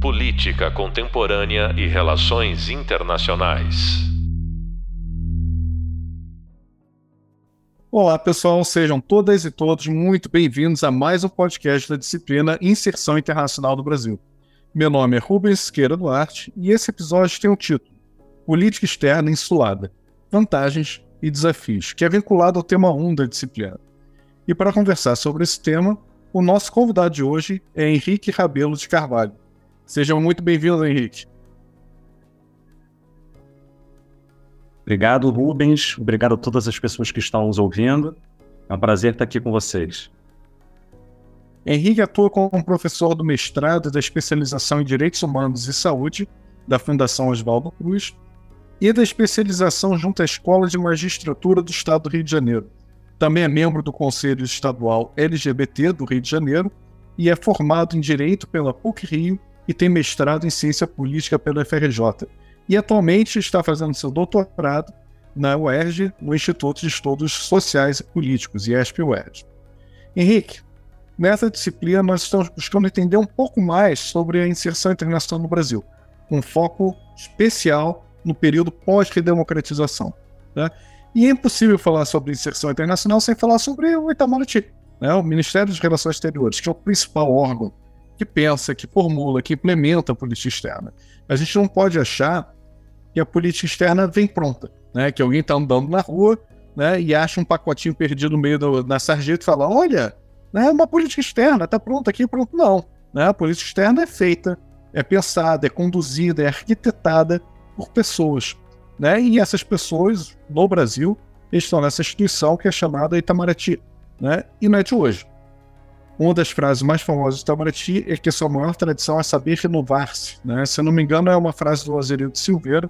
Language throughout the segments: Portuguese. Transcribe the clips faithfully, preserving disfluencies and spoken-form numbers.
Política Contemporânea e Relações Internacionais. Olá, pessoal, sejam todas e todos muito bem-vindos a mais um podcast da disciplina Inserção Internacional do Brasil. Meu nome é Rubens Siqueira Duarte e esse episódio tem o título Política Externa Insulada, Vantagens e Desafios, que é vinculado ao tema um da disciplina. E para conversar sobre esse tema, o nosso convidado de hoje é Henrique Rabelo de Carvalho. Sejam muito bem-vindos, Henrique. Obrigado, Rubens. Obrigado a todas as pessoas que estão nos ouvindo. É um prazer estar aqui com vocês. Henrique atua como professor do mestrado e da especialização em Direitos Humanos e Saúde da Fundação Oswaldo Cruz e da especialização junto à Escola de Magistratura do Estado do Rio de Janeiro. Também é membro do Conselho Estadual L G B T do Rio de Janeiro e é formado em Direito pela P U C Rio e tem mestrado em Ciência Política pela F R J. E atualmente está fazendo seu doutorado na U E R J, no Instituto de Estudos Sociais e Políticos, I E S P-U E R J. Henrique, nessa disciplina nós estamos buscando entender um pouco mais sobre a inserção internacional no Brasil, com foco especial no período pós-redemocratização. Né? E é impossível falar sobre inserção internacional sem falar sobre o Itamaraty, né? O Ministério das Relações Exteriores, que é o principal órgão que pensa, que formula, que implementa a política externa. A gente não pode achar que a política externa vem pronta, né? Que alguém está andando na rua, né, e acha um pacotinho perdido no meio do, da sarjeta e fala, olha, né, uma política externa, está pronta aqui, pronto. Não. Né? A política externa é feita, é pensada, é conduzida, é arquitetada por pessoas. Né? E essas pessoas, no Brasil, estão nessa instituição que é chamada Itamaraty. Né? E não é de hoje. Uma das frases mais famosas do Itamaraty é que a sua maior tradição é saber renovar-se. Né? Se eu não me engano, é uma frase do Azeredo Silveira,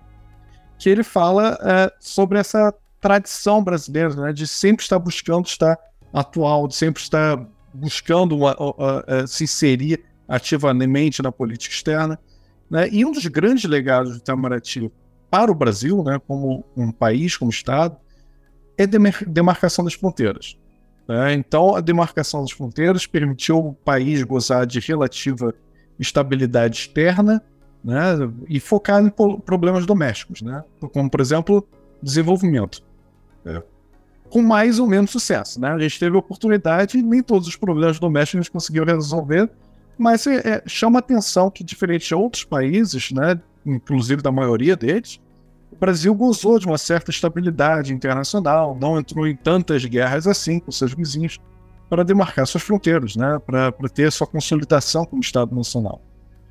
que ele fala é, sobre essa tradição brasileira, né, de sempre estar buscando estar atual, de sempre estar buscando uma, uma, uma, se inserir ativamente na política externa. Né? E um dos grandes legados do Itamaraty para o Brasil, né, como um país, como Estado, é a demarcação das fronteiras. Então, a demarcação das fronteiras permitiu ao país gozar de relativa estabilidade externa, né, e focar em problemas domésticos, né, como, por exemplo, desenvolvimento. É. Com mais ou menos sucesso. Né? A gente teve a oportunidade, nem todos os problemas domésticos a gente conseguiu resolver, mas é, é, chama a atenção que, diferente de outros países, né, inclusive da maioria deles, o Brasil gozou de uma certa estabilidade internacional, não entrou em tantas guerras assim com seus vizinhos para demarcar suas fronteiras, né, para ter sua consolidação como Estado nacional.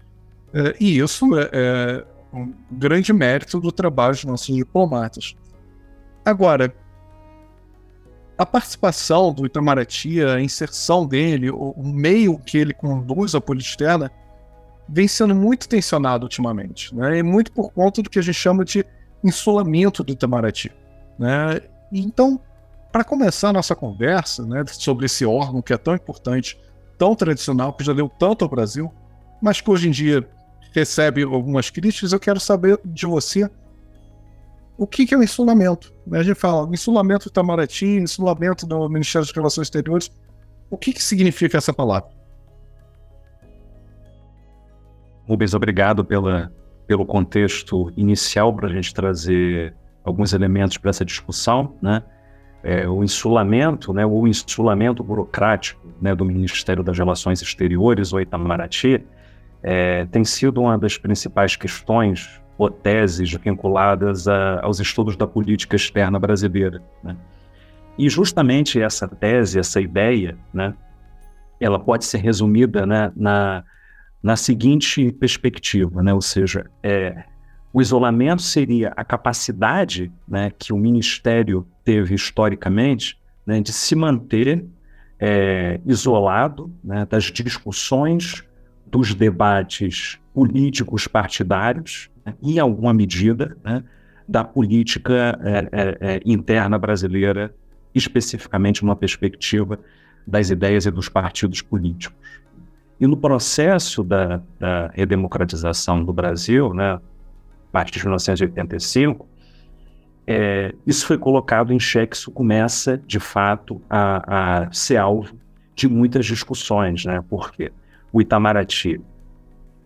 É, e isso é, é um grande mérito do trabalho dos nossos diplomatas. Agora, a participação do Itamaraty, a inserção dele, o, o meio que ele conduz a política externa, vem sendo muito tensionado ultimamente, né, e muito por conta do que a gente chama de insulamento do Itamaraty. Né? Então, para começar a nossa conversa, né, sobre esse órgão que é tão importante, tão tradicional, que já deu tanto ao Brasil, mas que hoje em dia recebe algumas críticas, eu quero saber de você o que, que é o insulamento. Né? A gente fala insulamento do Itamaraty, insulamento do Ministério das Relações Exteriores. O que, que significa essa palavra? Rubens, obrigado pela pelo contexto inicial para a gente trazer alguns elementos para essa discussão, né? É, o insulamento, né, o insulamento burocrático, né, do Ministério das Relações Exteriores, o Itamaraty, é, tem sido uma das principais questões ou teses vinculadas a, aos estudos da política externa brasileira. Né? E justamente essa tese, essa ideia, né, ela pode ser resumida, né, na na seguinte perspectiva, né? Ou seja, é, o isolamento seria a capacidade, né, que o Ministério teve historicamente, né, de se manter é, isolado, né, das discussões, dos debates políticos partidários, né, em alguma medida, né, da política é, é, é, interna brasileira, especificamente numa perspectiva das ideias e dos partidos políticos. E no processo da, da redemocratização do Brasil, né, a partir de mil novecentos e oitenta e cinco, é, isso foi colocado em xeque, isso começa, de fato, a, a ser alvo de muitas discussões, né, porque o Itamaraty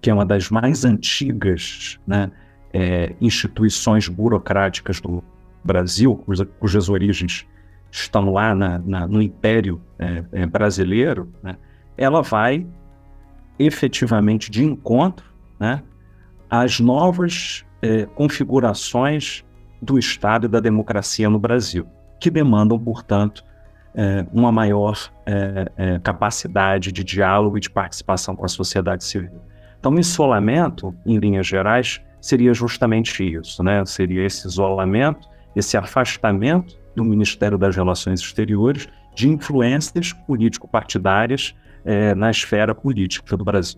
que é uma das mais antigas, né, é, instituições burocráticas do Brasil, cuja, cujas origens estão lá na, na, no Império é, é, brasileiro, né, ela vai efetivamente de encontro, né, às novas é, configurações do Estado e da democracia no Brasil, que demandam, portanto, é, uma maior é, é, capacidade de diálogo e de participação com a sociedade civil. Então, o isolamento, em linhas gerais, seria justamente isso, né? Seria esse isolamento, esse afastamento do Ministério das Relações Exteriores de influências político-partidárias é, na esfera política do Brasil.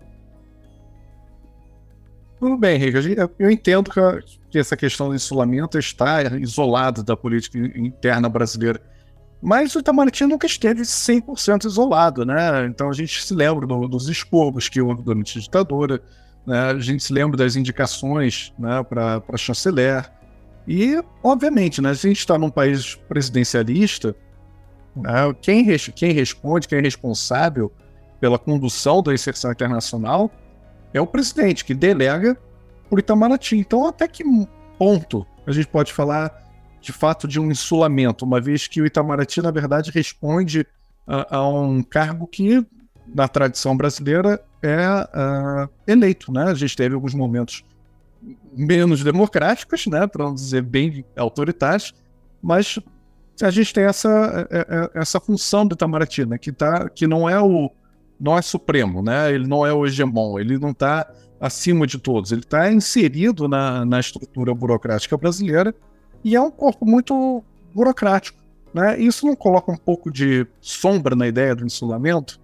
Tudo bem, Henrique. Eu entendo que essa questão do isolamento está isolada da política interna brasileira, mas o Itamaraty nunca esteve cem por cento isolado, né? Então a gente se lembra do, dos expurgos que houve durante a ditadura, né? A gente se lembra das indicações, né, para chanceler. E, obviamente, né, se a gente está num país presidencialista, né, quem, res, quem responde, quem é responsável pela condução da inserção internacional é o presidente, que delega por Itamaraty. Então, até que ponto a gente pode falar, de fato, de um insulamento, uma vez que o Itamaraty, na verdade, responde a, a um cargo que, na tradição brasileira, é uh, eleito, né? A gente teve alguns momentos menos democráticos, né, para não dizer bem autoritários, mas a gente tem essa, essa função do Itamaraty, né, que, tá, que não é o não é supremo, né, ele não é o hegemon, ele não está acima de todos, ele está inserido na, na estrutura burocrática brasileira e é um corpo muito burocrático, né? Isso não coloca um pouco de sombra na ideia do insulamento?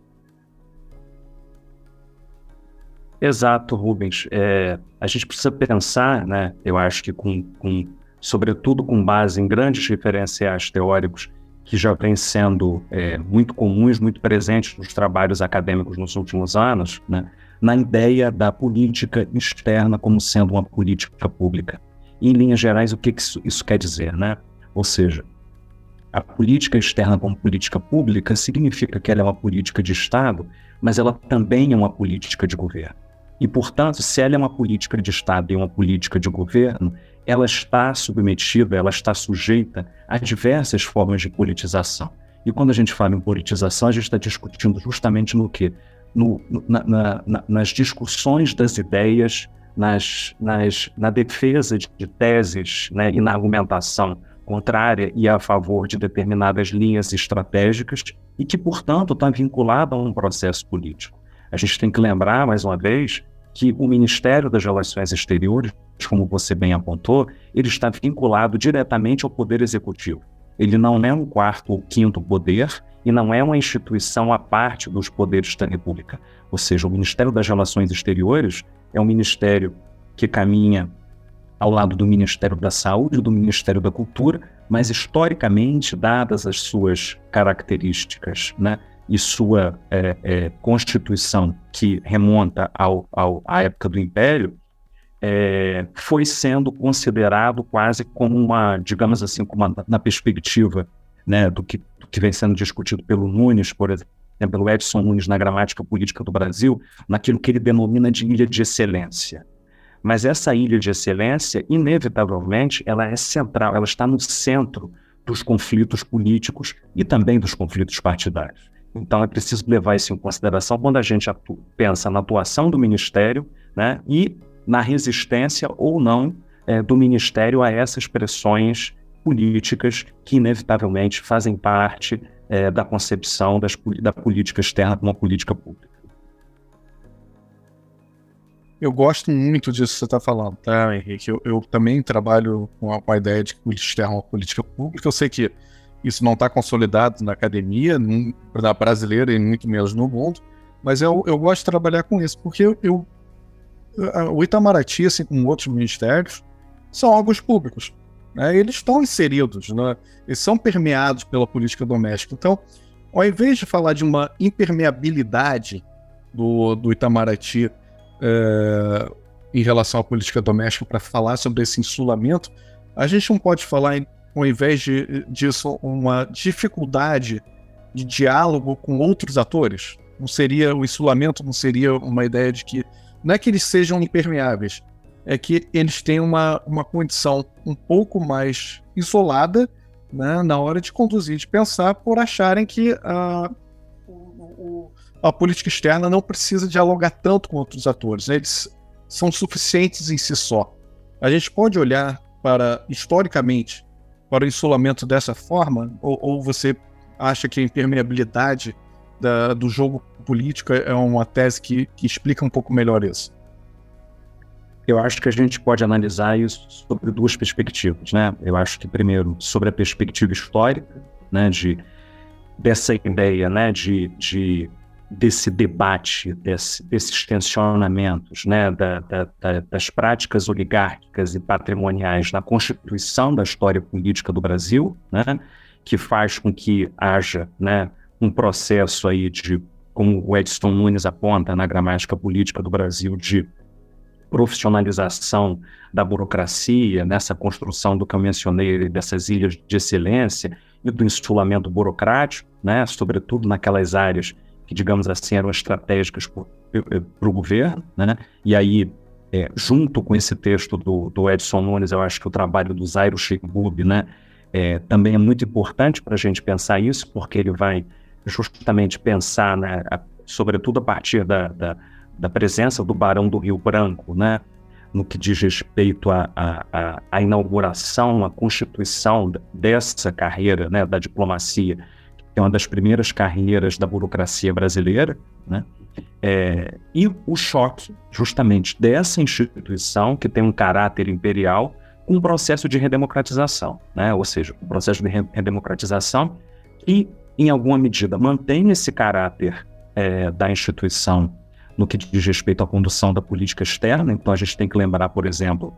Exato, Rubens. É, a gente precisa pensar, né, eu acho que com, com, sobretudo com base em grandes referenciais teóricos que já vêm sendo é, muito comuns, muito presentes nos trabalhos acadêmicos nos últimos anos, né, na ideia da política externa como sendo uma política pública. E, em linhas gerais, o que isso, isso quer dizer, né? Ou seja, a política externa como política pública significa que ela é uma política de Estado, mas ela também é uma política de governo. E, portanto, se ela é uma política de Estado e uma política de governo, ela está submetida, ela está sujeita a diversas formas de politização. E quando a gente fala em politização, a gente está discutindo justamente no quê? No, na, na, na, nas discussões das ideias, nas, nas, na defesa de, de teses, né, e na argumentação contrária e a favor de determinadas linhas estratégicas e que, portanto, está vinculada a um processo político. A gente tem que lembrar, mais uma vez, que o Ministério das Relações Exteriores, como você bem apontou, ele está vinculado diretamente ao Poder Executivo. Ele não é um quarto ou quinto poder e não é uma instituição à parte dos poderes da República. Ou seja, o Ministério das Relações Exteriores é um ministério que caminha ao lado do Ministério da Saúde e do Ministério da Cultura, mas historicamente, dadas as suas características, né, e sua é, é, constituição, que remonta ao, ao, à época do Império, é, foi sendo considerado quase como uma, digamos assim, como uma, na perspectiva, né, do, que, do que vem sendo discutido pelo Nunes, por exemplo, pelo Edson Nunes na Gramática Política do Brasil, naquilo que ele denomina de ilha de excelência. Mas essa ilha de excelência, inevitavelmente, ela é central, ela está no centro dos conflitos políticos e também dos conflitos partidários. Então é preciso levar isso em consideração quando a gente atu- pensa na atuação do Ministério, né, e na resistência ou não é, do Ministério a essas pressões políticas que inevitavelmente fazem parte é, da concepção das, da política externa como uma política pública. Eu gosto muito disso que você está falando, tá, Henrique? Eu, eu também trabalho com a, com a ideia de que política externa é uma política pública. Eu sei que isso não está consolidado na academia, na brasileira e muito menos no mundo, mas eu, eu gosto de trabalhar com isso, porque eu, eu, o Itamaraty, assim como outros ministérios, são órgãos públicos, né? Eles estão inseridos, né? Eles são permeados pela política doméstica. Então, ao invés de falar de uma impermeabilidade do, do Itamaraty é, em relação à política doméstica para falar sobre esse insulamento, a gente não pode falar em ao invés de, disso, uma dificuldade de diálogo com outros atores, Não seria, o isolamento não seria uma ideia de que, não é que eles sejam impermeáveis, é que eles têm uma, uma condição um pouco mais isolada, né, na hora de conduzir, de pensar, por acharem que a, o, a política externa não precisa dialogar tanto com outros atores, né? Eles são suficientes em si só. A gente pode olhar para, historicamente, para o isolamento dessa forma, ou, ou você acha que a impermeabilidade Da, do jogo político é uma tese que, que explica um pouco melhor isso? Eu acho que a gente pode analisar isso sobre duas perspectivas, né? Eu acho que, primeiro, sobre a perspectiva histórica, né, de, dessa ideia, né, de, de, desse debate, desse, desses tensionamentos, né, da, da, da, das práticas oligárquicas e patrimoniais na constituição da história política do Brasil, né, que faz com que haja, né, um processo aí de, como o Edson Nunes aponta na gramática política do Brasil, de profissionalização da burocracia, nessa construção do que eu mencionei, dessas ilhas de excelência e do insulamento burocrático, né, sobretudo naquelas áreas que, digamos assim, eram estratégicas para o governo, né, e aí, é, junto com esse texto do, do Edson Nunes, eu acho que o trabalho do Zairo Sheikh-Bub, né, é, também é muito importante para a gente pensar isso, porque ele vai justamente pensar, né, a, sobretudo a partir da, da, da presença do Barão do Rio Branco, né, no que diz respeito à a, a, a inauguração, a constituição dessa carreira, né, da diplomacia, que é uma das primeiras carreiras da burocracia brasileira, né, é, e o choque justamente dessa instituição, que tem um caráter imperial, com um processo de redemocratização, né, ou seja, um processo de redemocratização que, em alguma medida, mantém esse caráter é, da instituição no que diz respeito à condução da política externa. Então, a gente tem que lembrar, por exemplo,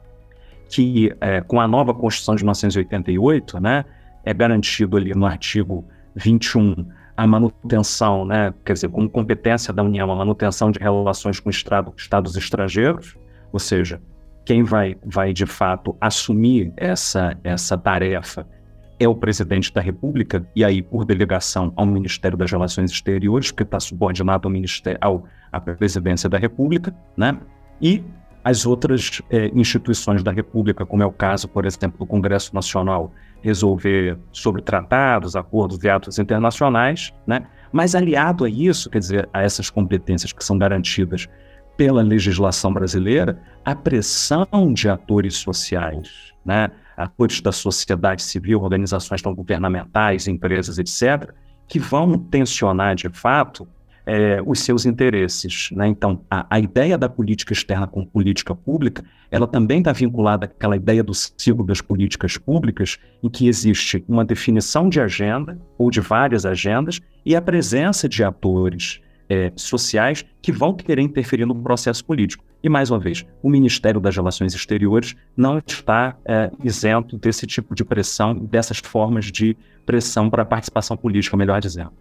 que é, com a nova Constituição de mil novecentos e oitenta e oito, né, é garantido ali no artigo vinte e um a manutenção, né, quer dizer, como competência da União, a manutenção de relações com estado, estados estrangeiros, ou seja, quem vai, vai de fato assumir essa, essa tarefa é o presidente da República, e aí por delegação ao Ministério das Relações Exteriores, que está subordinado ao Ministério, ao, à presidência da República, né? E as outras é, instituições da República, como é o caso, por exemplo, do Congresso Nacional, resolver sobre tratados, acordos e atos internacionais, né? Mas aliado a isso, quer dizer, a essas competências que são garantidas pela legislação brasileira, a pressão de atores sociais, né? Atores da sociedade civil, organizações não governamentais, empresas, etcétera, que vão tensionar, de fato, é, os seus interesses, né? Então, a, a ideia da política externa como política pública, ela também está vinculada àquela ideia do ciclo das políticas públicas, em que existe uma definição de agenda, ou de várias agendas, e a presença de atores É, sociais que vão querer interferir no processo político. E, mais uma vez, o Ministério das Relações Exteriores não está é, isento desse tipo de pressão, dessas formas de pressão para a participação política, melhor dizendo.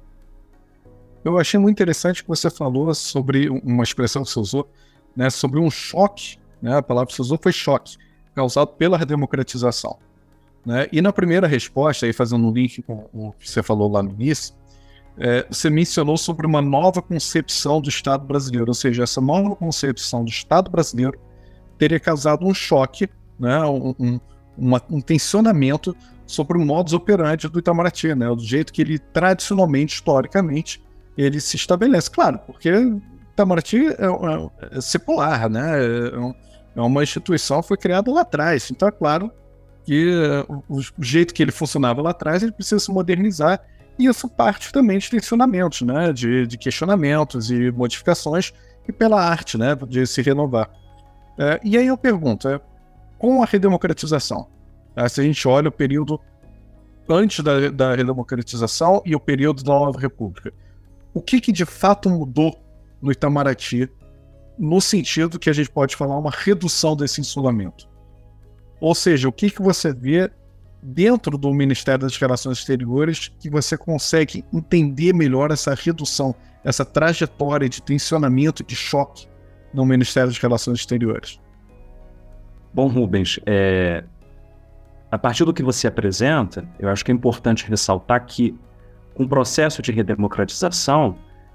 Eu achei muito interessante que você falou sobre uma expressão que você usou, né, sobre um choque, né, a palavra que você usou foi choque, causado pela redemocratização, né? E na primeira resposta, aí fazendo um link com o que você falou lá no início, É, você mencionou sobre uma nova concepção do Estado brasileiro, ou seja, essa nova concepção do Estado brasileiro teria causado um choque, né, um, um, uma, um tensionamento sobre o modus operandi do Itamaraty, né, do jeito que ele tradicionalmente, historicamente, ele se estabelece. Claro, porque Itamaraty é, é, é secular, né, é, é uma instituição que foi criada lá atrás, então é claro que o, o jeito que ele funcionava lá atrás, ele precisa se modernizar. E isso parte também de tensionamentos, né, de, de questionamentos e modificações, e pela arte, né, de se renovar. É, e aí eu pergunto, é, com a redemocratização, é, se a gente olha o período antes da, da redemocratização e o período da Nova República, o que, que de fato mudou no Itamaraty, no sentido que a gente pode falar uma redução desse insulamento? Ou seja, o que, que você vê dentro do Ministério das Relações Exteriores que você consegue entender melhor essa redução, essa trajetória de tensionamento, de choque no Ministério das Relações Exteriores? Bom, Rubens, é... a partir do que você apresenta, eu acho que é importante ressaltar que com o processo de redemocratização,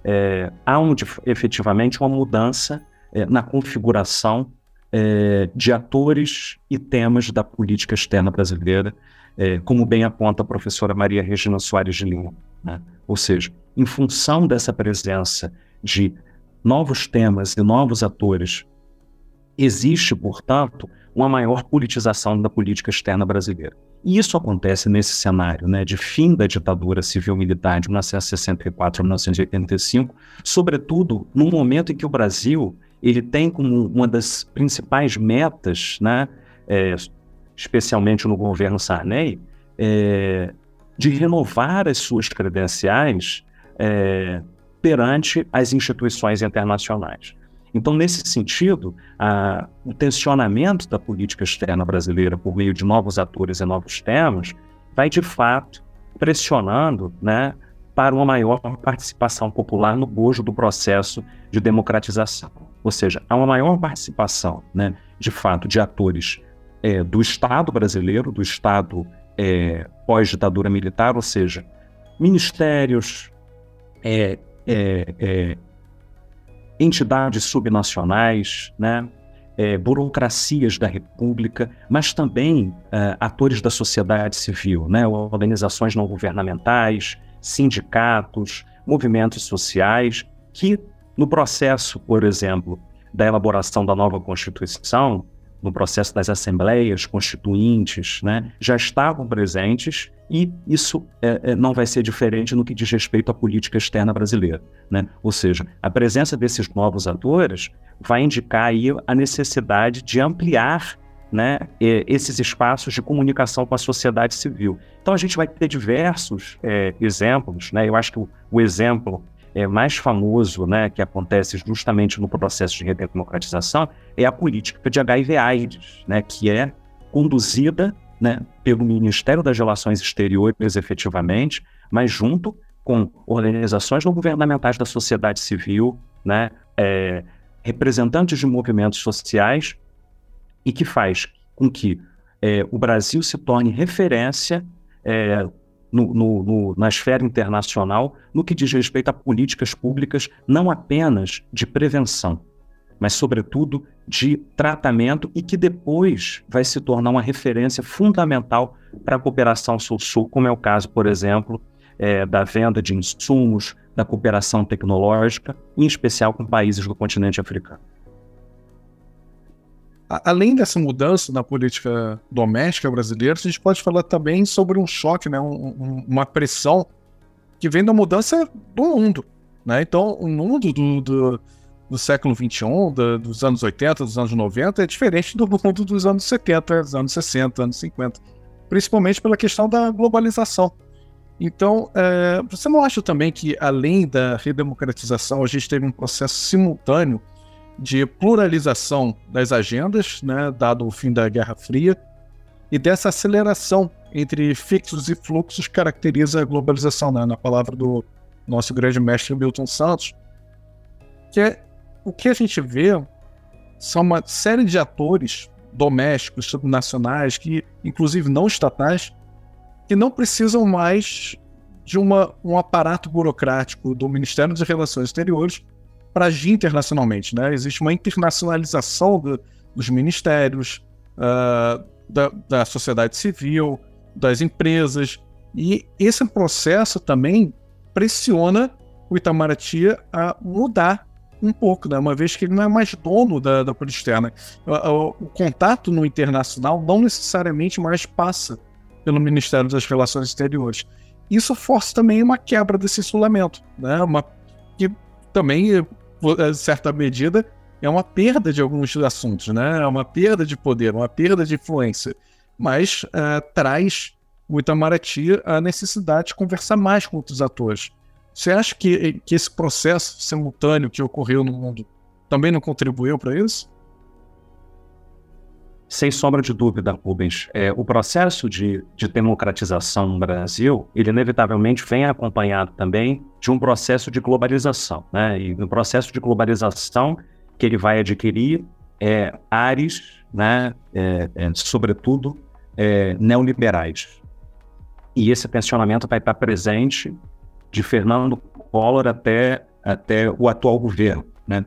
é, há um, efetivamente uma mudança é, na configuração é, de atores e temas da política externa brasileira, é, como bem aponta a professora Maria Regina Soares de Lima, né? Ou seja, em função dessa presença de novos temas e novos atores, existe, portanto, uma maior politização da política externa brasileira. E isso acontece nesse cenário, né, de fim da ditadura civil-militar de mil novecentos e sessenta e quatro a mil novecentos e oitenta e cinco, sobretudo no momento em que o Brasil ele tem como uma das principais metas, né, é, especialmente no governo Sarney, é, de renovar as suas credenciais é, perante as instituições internacionais. Então, nesse sentido, a, o tensionamento da política externa brasileira por meio de novos atores e novos temas vai, de fato, pressionando, né, para uma maior participação popular no bojo do processo de democratização. Ou seja, há uma maior participação, né, de fato, de atores é, do Estado brasileiro, do Estado é, pós-ditadura militar, ou seja, ministérios, é, é, é, entidades subnacionais, né, é, burocracias da República, mas também é, atores da sociedade civil, né, organizações não governamentais, sindicatos, movimentos sociais, que no processo, por exemplo, da elaboração da nova Constituição, no processo das assembleias constituintes, né, já estavam presentes, e isso é, é, não vai ser diferente no que diz respeito à política externa brasileira, né? Ou seja, a presença desses novos atores vai indicar aí a necessidade de ampliar, né, esses espaços de comunicação com a sociedade civil. Então a gente vai ter diversos é, exemplos, né? Eu acho que o, o exemplo é, mais famoso, né, que acontece justamente no processo de redemocratização é a política de H I V/AIDS, né, que é conduzida, né, pelo Ministério das Relações Exteriores, efetivamente, mas junto com organizações não governamentais da sociedade civil, né, é, representantes de movimentos sociais, e que faz com que é, o Brasil se torne referência é, no, no, no, na esfera internacional no que diz respeito a políticas públicas não apenas de prevenção, mas, sobretudo, de tratamento, e que depois vai se tornar uma referência fundamental para a cooperação sul-sul, como é o caso, por exemplo, é, da venda de insumos, da cooperação tecnológica, em especial com países do continente africano. Além dessa mudança na política doméstica brasileira, a gente pode falar também sobre um choque, né, um, um, uma pressão que vem da mudança do mundo, né? Então, o mundo do, do, do século vinte e um, do, dos anos oitenta, dos anos noventa, é diferente do mundo dos anos setenta, dos anos sessenta, anos cinquenta, principalmente pela questão da globalização. Então, é, você não acha também que, além da redemocratização, a gente teve um processo simultâneo de pluralização das agendas, né, dado o fim da Guerra Fria, e dessa aceleração entre fixos e fluxos que caracteriza a globalização, né, na palavra do nosso grande mestre Milton Santos, que é o que a gente vê são uma série de atores domésticos, subnacionais, que inclusive não estatais, que não precisam mais de uma, um aparato burocrático do Ministério das Relações Exteriores para agir internacionalmente, né? Existe uma internacionalização do, dos ministérios, uh, da, da sociedade civil, das empresas, e esse processo também pressiona o Itamaraty a mudar um pouco, né? Uma vez que ele não é mais dono da, da política externa. O, o, o contato no internacional não necessariamente mais passa pelo Ministério das Relações Exteriores. Isso força também uma quebra desse isolamento, né? Uma, que também, em certa medida, é uma perda de alguns assuntos, né? É uma perda de poder, uma perda de influência, mas uh, traz o Itamaraty a necessidade de conversar mais com outros atores. Você acha que, que esse processo simultâneo que ocorreu no mundo também não contribuiu para isso? Sem sombra de dúvida, Rubens. É, o processo de, de democratização no Brasil, ele inevitavelmente vem acompanhado também de um processo de globalização, né? E no processo de globalização que ele vai adquirir é, áreas, né, é, é, sobretudo, é, neoliberais. E esse tensionamento vai estar presente de Fernando Collor até até o atual governo, né?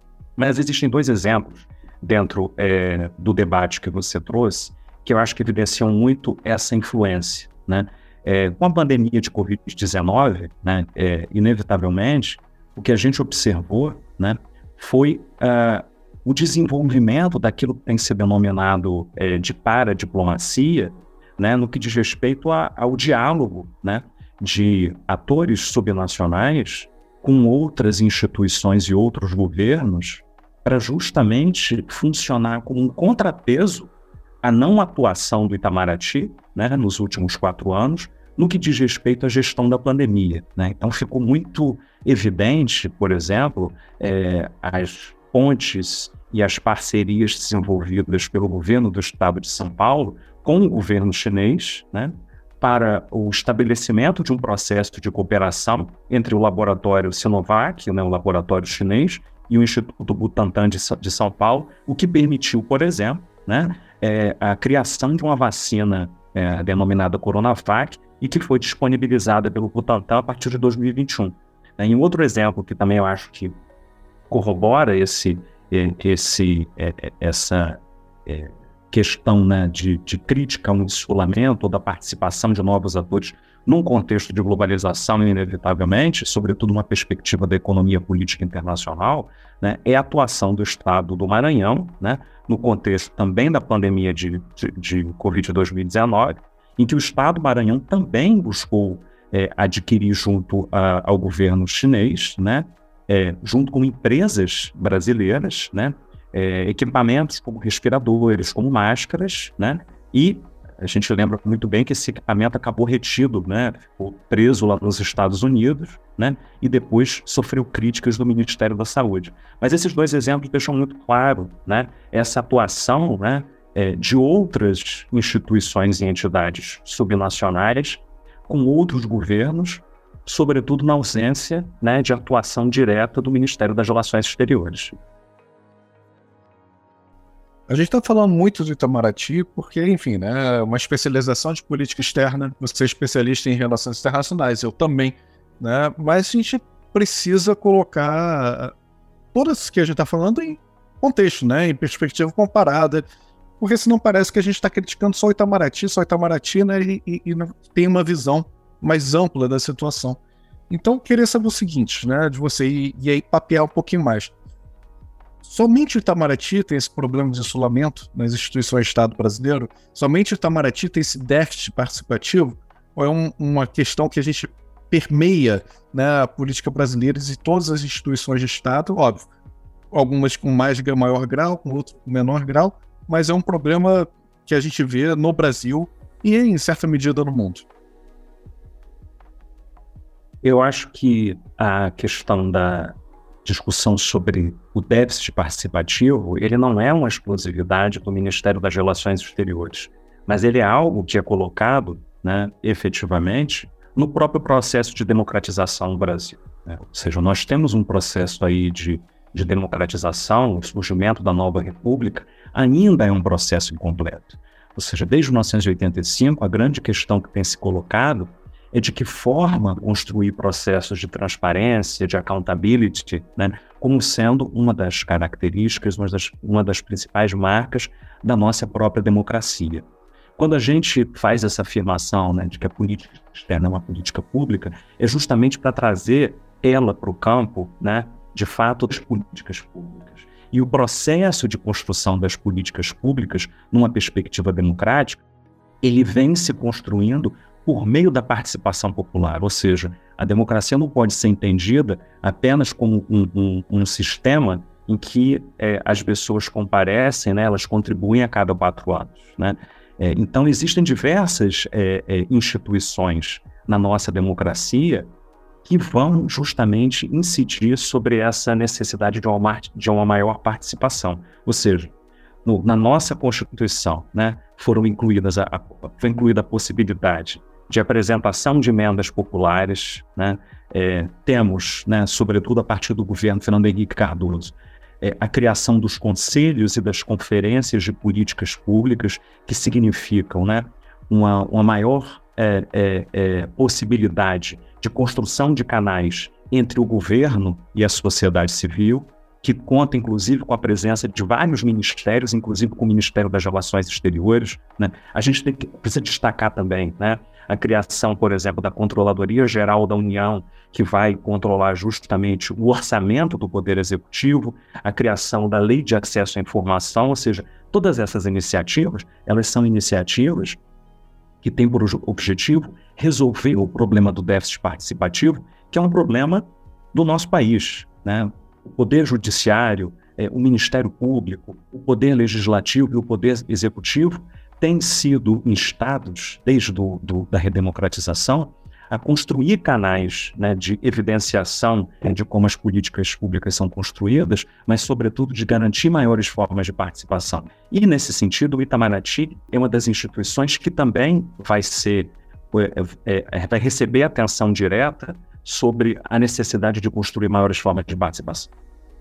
Mas existem dois exemplos dentro é, do debate que você trouxe que eu acho que evidenciam muito essa influência, né? É, com a pandemia de covid dezenove, né, é, inevitavelmente, o que a gente observou, né, foi uh, o desenvolvimento daquilo que tem sido denominado é, de paradiplomacia, né, no que diz respeito a, ao diálogo, né, de atores subnacionais com outras instituições e outros governos para justamente funcionar como um contrapeso à não atuação do Itamaraty, né, nos últimos quatro anos, no que diz respeito à gestão da pandemia, né? Então ficou muito evidente, por exemplo, é, as pontes e as parcerias desenvolvidas pelo governo do estado de São Paulo com o governo chinês, né, para o estabelecimento de um processo de cooperação entre o laboratório Sinovac, né, o laboratório chinês, e o Instituto Butantan de, de São Paulo, o que permitiu, por exemplo, né, é, a criação de uma vacina é, denominada Coronavac, e que foi disponibilizada pelo Butantan a partir de dois mil e vinte e um. Em outro exemplo que também eu acho que corrobora esse, esse, essa questão, né, de, de crítica ao isolamento ou da participação de novos atores num contexto de globalização, inevitavelmente, sobretudo uma perspectiva da economia política internacional, né, é a atuação do Estado do Maranhão, né, no contexto também da pandemia de, de, de covid dezenove, em que o Estado do Maranhão também buscou é, adquirir junto a, ao governo chinês, né, é, junto com empresas brasileiras, né, é, equipamentos como respiradores, como máscaras, né, e a gente lembra muito bem que esse equipamento acabou retido, né, ficou preso lá nos Estados Unidos, né, e depois sofreu críticas do Ministério da Saúde. Mas esses dois exemplos deixam muito claro, né, essa atuação, né, É, de outras instituições e entidades subnacionais com outros governos, sobretudo na ausência, né, de atuação direta do Ministério das Relações Exteriores. A gente está falando muito do Itamaraty porque, enfim, né, uma especialização de política externa, você é especialista em relações internacionais, eu também, né, mas a gente precisa colocar tudo isso que a gente está falando em contexto, né, em perspectiva comparada, porque senão parece que a gente está criticando só o Itamaraty, só o Itamaraty, né, e, e, e não tem uma visão mais ampla da situação. Então, eu queria saber o seguinte, né, de você, e, e aí papear um pouquinho mais. Somente o Itamaraty tem esse problema de isolamento nas instituições do Estado brasileiro? Somente o Itamaraty tem esse déficit participativo? Ou é um, uma questão que a gente permeia, né, a política brasileira e todas as instituições de Estado? Óbvio, algumas com mais, maior grau, com outras com menor grau, mas é um problema que a gente vê no Brasil e, em certa medida, no mundo. Eu acho que a questão da discussão sobre o déficit participativo, ele não é uma exclusividade do Ministério das Relações Exteriores, mas ele é algo que é colocado, né, efetivamente, no próprio processo de democratização no Brasil, né? Ou seja, nós temos um processo aí de de democratização, o surgimento da nova república, ainda é um processo incompleto. Ou seja, desde mil novecentos e oitenta e cinco, a grande questão que tem se colocado é de que forma construir processos de transparência, de accountability, né, como sendo uma das características, uma das, uma das principais marcas da nossa própria democracia. Quando a gente faz essa afirmação, né, de que a política externa é uma política pública, é justamente para trazer ela para o campo, né, de fato, das políticas públicas. E o processo de construção das políticas públicas, numa perspectiva democrática, ele vem se construindo por meio da participação popular, ou seja, a democracia não pode ser entendida apenas como um, um, um sistema em que é, as pessoas comparecem, né, elas contribuem a cada quatro anos, né? É, então, existem diversas é, é, instituições na nossa democracia que vão justamente incidir sobre essa necessidade de uma, de uma maior participação. Ou seja, no, na nossa Constituição, né, foram incluídas a, a, foi incluída a possibilidade de apresentação de emendas populares, né, é, temos, né, sobretudo a partir do governo Fernando Henrique Cardoso, é, a criação dos conselhos e das conferências de políticas públicas, que significam, né, uma, uma maior é, é, é, possibilidade de construção de canais entre o governo e a sociedade civil, que conta, inclusive, com a presença de vários ministérios, inclusive com o Ministério das Relações Exteriores, né? A gente tem que, precisa destacar também, né, a criação, por exemplo, da Controladoria Geral da União, que vai controlar justamente o orçamento do Poder Executivo, a criação da Lei de Acesso à Informação, ou seja, todas essas iniciativas, elas são iniciativas que têm por objetivo resolver o problema do déficit participativo, que é um problema do nosso país, né? O Poder Judiciário, eh, o Ministério Público, o Poder Legislativo e o Poder Executivo têm sido instados, desde do, do, da redemocratização, a construir canais, né, de evidenciação de como as políticas públicas são construídas, mas, sobretudo, de garantir maiores formas de participação. E, nesse sentido, o Itamaraty é uma das instituições que também vai ser, é, é, vai receber atenção direta sobre a necessidade de construir maiores formas de participação.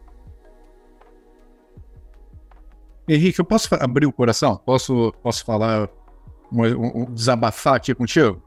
Henrique, eu posso abrir o coração? Posso, posso falar, um, um, desabafar aqui contigo?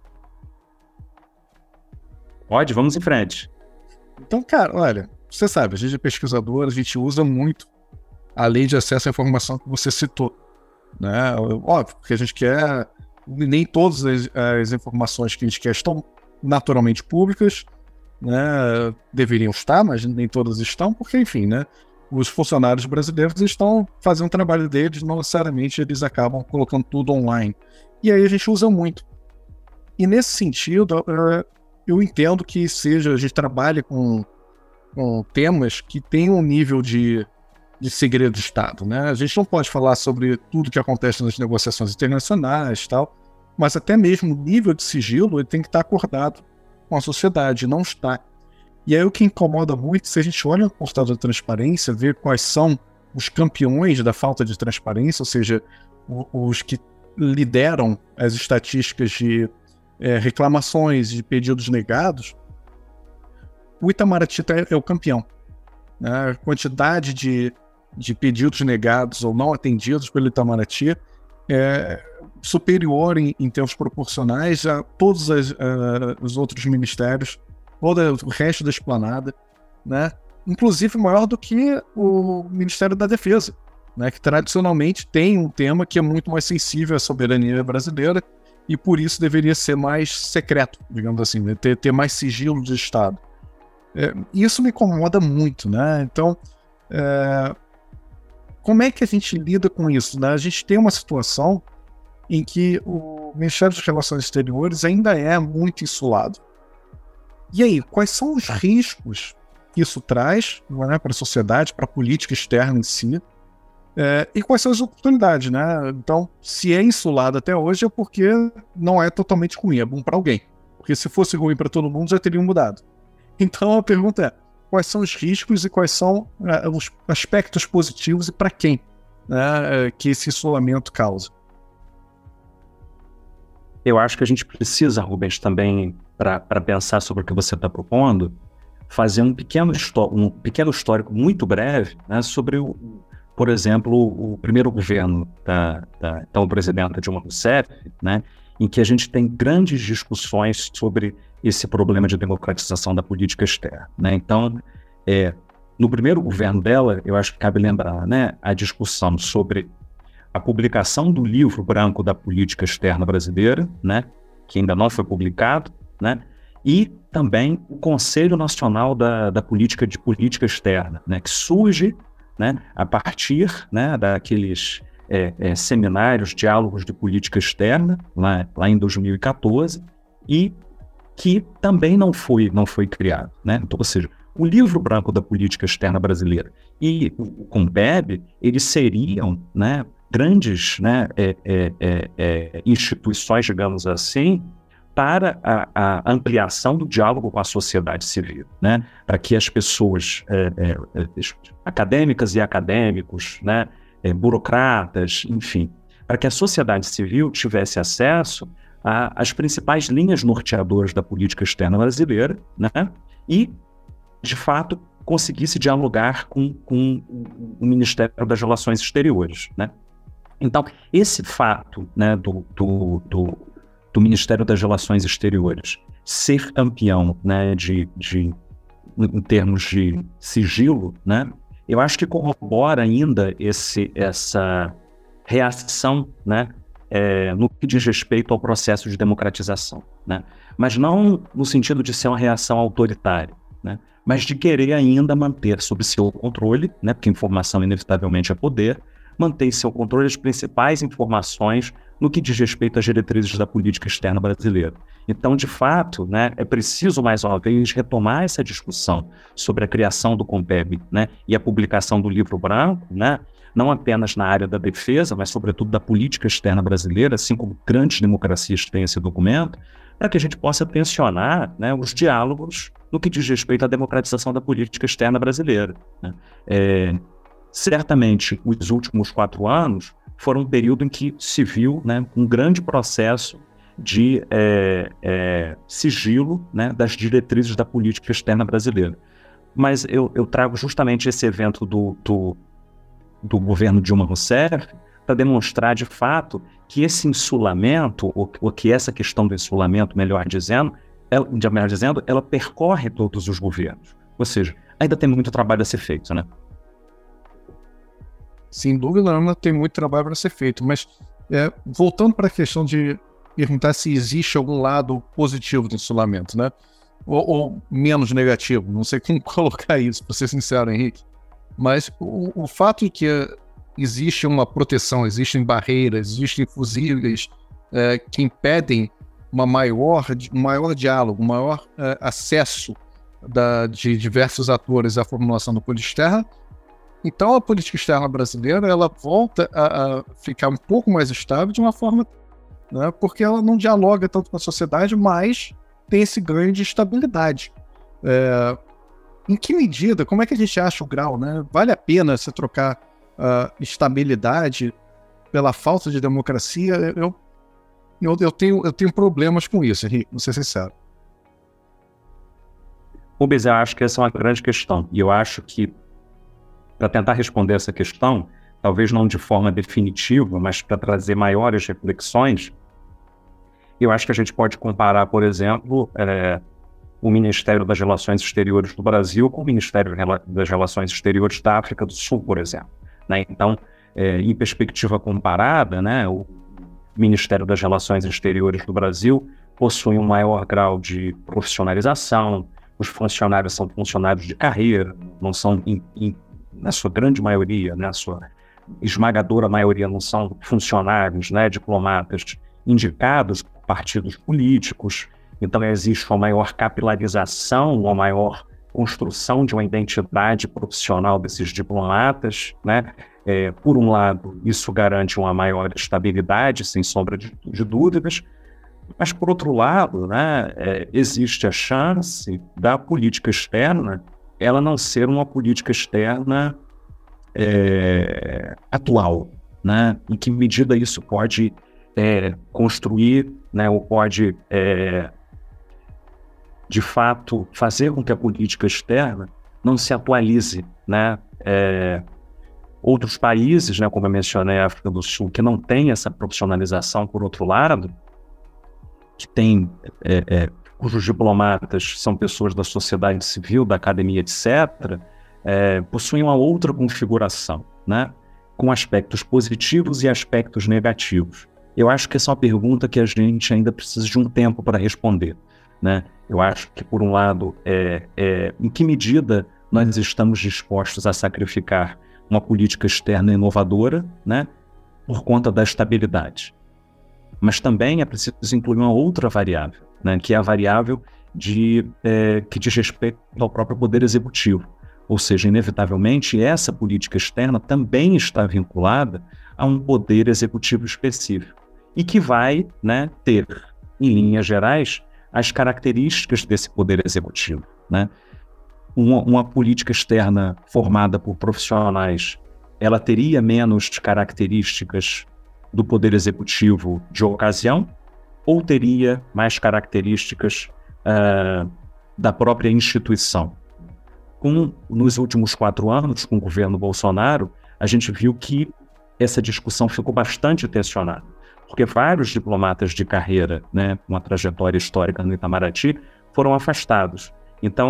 Pode, vamos em frente. Então, cara, olha, você sabe, a gente é pesquisador, a gente usa muito a lei de acesso à informação que você citou, né? Óbvio, porque a gente quer, nem todas as, as informações que a gente quer estão naturalmente públicas, né? Deveriam estar, mas nem todas estão, porque, enfim, né? Os funcionários brasileiros estão fazendo o trabalho deles, não necessariamente eles acabam colocando tudo online. E aí a gente usa muito. E nesse sentido, eu entendo que seja, a gente trabalha com, com temas que têm um nível de, de segredo de Estado, né? A gente não pode falar sobre tudo que acontece nas negociações internacionais e tal, mas até mesmo o nível de sigilo ele tem que estar acordado com a sociedade, não está. E aí o que incomoda muito, se a gente olha o portal da transparência, ver quais são os campeões da falta de transparência, ou seja, os que lideram as estatísticas de é, reclamações, de pedidos negados, o Itamaraty é o campeão, né? A quantidade de, de pedidos negados ou não atendidos pelo Itamaraty é superior em, em termos proporcionais a todos as, uh, os outros ministérios, todo o resto da esplanada, né? Inclusive maior do que o Ministério da Defesa, né? Que tradicionalmente tem um tema que é muito mais sensível à soberania brasileira e por isso deveria ser mais secreto, digamos assim, né? ter, ter mais sigilo de Estado. É, isso me incomoda muito, né? Então, é, como é que a gente lida com isso, né? A gente tem uma situação em que o Ministério das Relações Exteriores ainda é muito insulado. E aí, quais são os riscos que isso traz, né, para a sociedade, para a política externa em si, é, e quais são as oportunidades, né? Então, se é insulado até hoje é porque não é totalmente ruim, é bom para alguém. Porque se fosse ruim para todo mundo, já teriam mudado. Então, a pergunta é, quais são os riscos e quais são é, os aspectos positivos e para quem, né, é, que esse isolamento causa? Eu acho que a gente precisa, Rubens, também, para pensar sobre o que você está propondo, fazer um pequeno, um pequeno histórico muito breve, né, sobre, o, por exemplo, o primeiro governo da, da então presidenta Dilma Rousseff, né, em que a gente tem grandes discussões sobre esse problema de democratização da política externa, né? Então, é, no primeiro governo dela, eu acho que cabe lembrar, né, a discussão sobre a publicação do livro branco da política externa brasileira, né, que ainda não foi publicado, né, e também o Conselho Nacional da, da Política de Política Externa, né, que surge, né, a partir, né, daqueles é, é, seminários, diálogos de política externa, lá, lá em dois mil e quatorze, e que também não foi, não foi criado, né? Então, ou seja, o livro branco da política externa brasileira e o Conpeb, eles seriam, né, grandes, né, é, é, é, é, instituições, digamos assim, para a, a ampliação do diálogo com a sociedade civil, né, para que as pessoas é, é, acadêmicas e acadêmicos, né, é, burocratas, enfim, para que a sociedade civil tivesse acesso às principais linhas norteadoras da política externa brasileira, né, e, de fato, conseguisse dialogar com, com o Ministério das Relações Exteriores, né. Então, esse fato, né, do, do, do, do Ministério das Relações Exteriores ser campeão, né, de, de em termos de sigilo, né, eu acho que corrobora ainda esse, essa reação, né, é, no que diz respeito ao processo de democratização, né, mas não no sentido de ser uma reação autoritária, né, mas de querer ainda manter sob seu controle, né, porque informação inevitavelmente é poder, manter em seu controle as principais informações no que diz respeito às diretrizes da política externa brasileira. Então, de fato, né, é preciso, mais uma vez, retomar essa discussão sobre a criação do Compeb, né, e a publicação do livro branco, né, não apenas na área da defesa, mas sobretudo da política externa brasileira, assim como grandes democracias têm esse documento, para que a gente possa tensionar, né, os diálogos no que diz respeito à democratização da política externa brasileira, né. É, certamente, os últimos quatro anos foram um período em que se viu, né, um grande processo de é, é, sigilo, né, das diretrizes da política externa brasileira. Mas eu, eu trago justamente esse evento do, do, do governo Dilma Rousseff para demonstrar, de fato, que esse insulamento, ou, ou que essa questão do insulamento, melhor dizendo, ela, melhor dizendo, ela percorre todos os governos. Ou seja, ainda tem muito trabalho a ser feito, né? Sem dúvida nenhuma, tem muito trabalho para ser feito, mas é, voltando para a questão de perguntar se existe algum lado positivo do insulamento, né? Ou, ou menos negativo, não sei como colocar isso, para ser sincero, Henrique, mas o, o fato de que existe uma proteção, existem barreiras, existem fusíveis é, que impedem uma maior, um maior diálogo, um maior é, acesso da, de diversos atores à formulação da política externa. Então a política externa brasileira ela volta a, a ficar um pouco mais estável de uma forma, né, porque ela não dialoga tanto com a sociedade, mas tem esse ganho de estabilidade. É, em que medida, como é que a gente acha o grau, né? Vale a pena você trocar uh, estabilidade pela falta de democracia? Eu, eu, eu, tenho, eu tenho problemas com isso, Henrique, vou ser sincero. Rubens, eu acho que essa é uma grande questão, e eu acho que para tentar responder essa questão, talvez não de forma definitiva, mas para trazer maiores reflexões, eu acho que a gente pode comparar, por exemplo, é, o Ministério das Relações Exteriores do Brasil com o Ministério das Relações Exteriores da África do Sul, por exemplo, né? Então, é, em perspectiva comparada, né, o Ministério das Relações Exteriores do Brasil possui um maior grau de profissionalização, os funcionários são funcionários de carreira, não são in, in, na sua grande maioria, na sua esmagadora maioria, não são funcionários, né, diplomatas indicados por partidos políticos. Então existe uma maior capilarização, uma maior construção de uma identidade profissional desses diplomatas, né? É, por um lado, isso garante uma maior estabilidade, sem sombra de, de dúvidas, mas por outro lado, né, é, existe a chance da política externa ela não ser uma política externa é, atual, né? Em que medida isso pode é, construir, né, ou pode, é, de fato, fazer com que a política externa não se atualize, né? É, outros países, né, como eu mencionei, a África do Sul, que não tem essa profissionalização, por outro lado, que tem... É, é, cujos diplomatas são pessoas da sociedade civil, da academia, etcétera, é, possuem uma outra configuração, né, com aspectos positivos e aspectos negativos. Eu acho que essa é uma pergunta que a gente ainda precisa de um tempo para responder, né? Eu acho que, por um lado, é, é, em que medida nós estamos dispostos a sacrificar uma política externa inovadora, né, por conta da estabilidade. Mas também é preciso incluir uma outra variável, né, que é a variável de, é, que diz respeito ao próprio poder executivo. Ou seja, inevitavelmente, essa política externa também está vinculada a um poder executivo específico e que vai, né, ter, em linhas gerais, as características desse poder executivo, né? Uma, uma política externa formada por profissionais, ela teria menos características do poder executivo de ocasião, ou teria mais características uh, da própria instituição? Com, nos últimos quatro anos, com o governo Bolsonaro, a gente viu que essa discussão ficou bastante tensionada, porque vários diplomatas de carreira, né, uma trajetória histórica no Itamaraty, foram afastados. Então,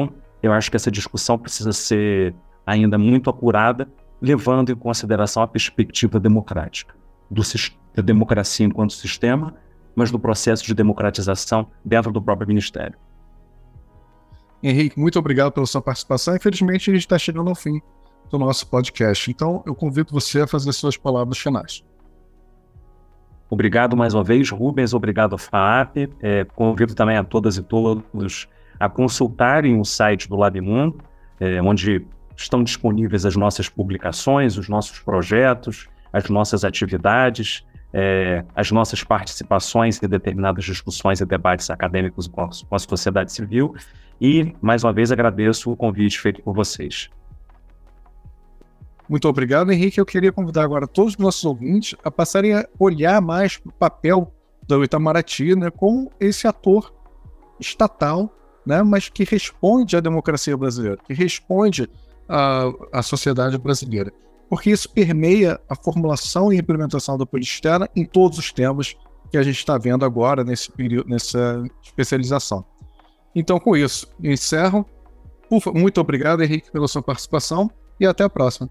eu acho que essa discussão precisa ser ainda muito apurada, levando em consideração a perspectiva democrática, do, da democracia enquanto sistema, mas do processo de democratização dentro do próprio Ministério. Henrique, muito obrigado pela sua participação. Infelizmente, a gente está chegando ao fim do nosso podcast. Então, eu convido você a fazer suas palavras finais. Obrigado mais uma vez, Rubens. Obrigado, F A A P. É, convido também a todas e todos a consultarem o site do LabMundo, é, onde estão disponíveis as nossas publicações, os nossos projetos, as nossas atividades, é, as nossas participações em determinadas discussões e debates acadêmicos com a, com a sociedade civil. E, mais uma vez, agradeço o convite feito por vocês. Muito obrigado, Henrique. Eu queria convidar agora todos os nossos ouvintes a passarem a olhar mais para o papel do Itamaraty, né, como esse ator estatal, né, mas que responde à democracia brasileira, que responde à, à sociedade brasileira. Porque isso permeia a formulação e implementação da política externa em todos os temas que a gente está vendo agora nesse período, nessa especialização. Então, com isso, eu encerro. Ufa, muito obrigado, Henrique, pela sua participação e até a próxima.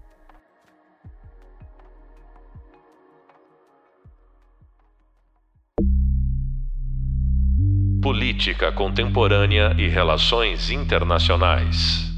Política Contemporânea e Relações Internacionais.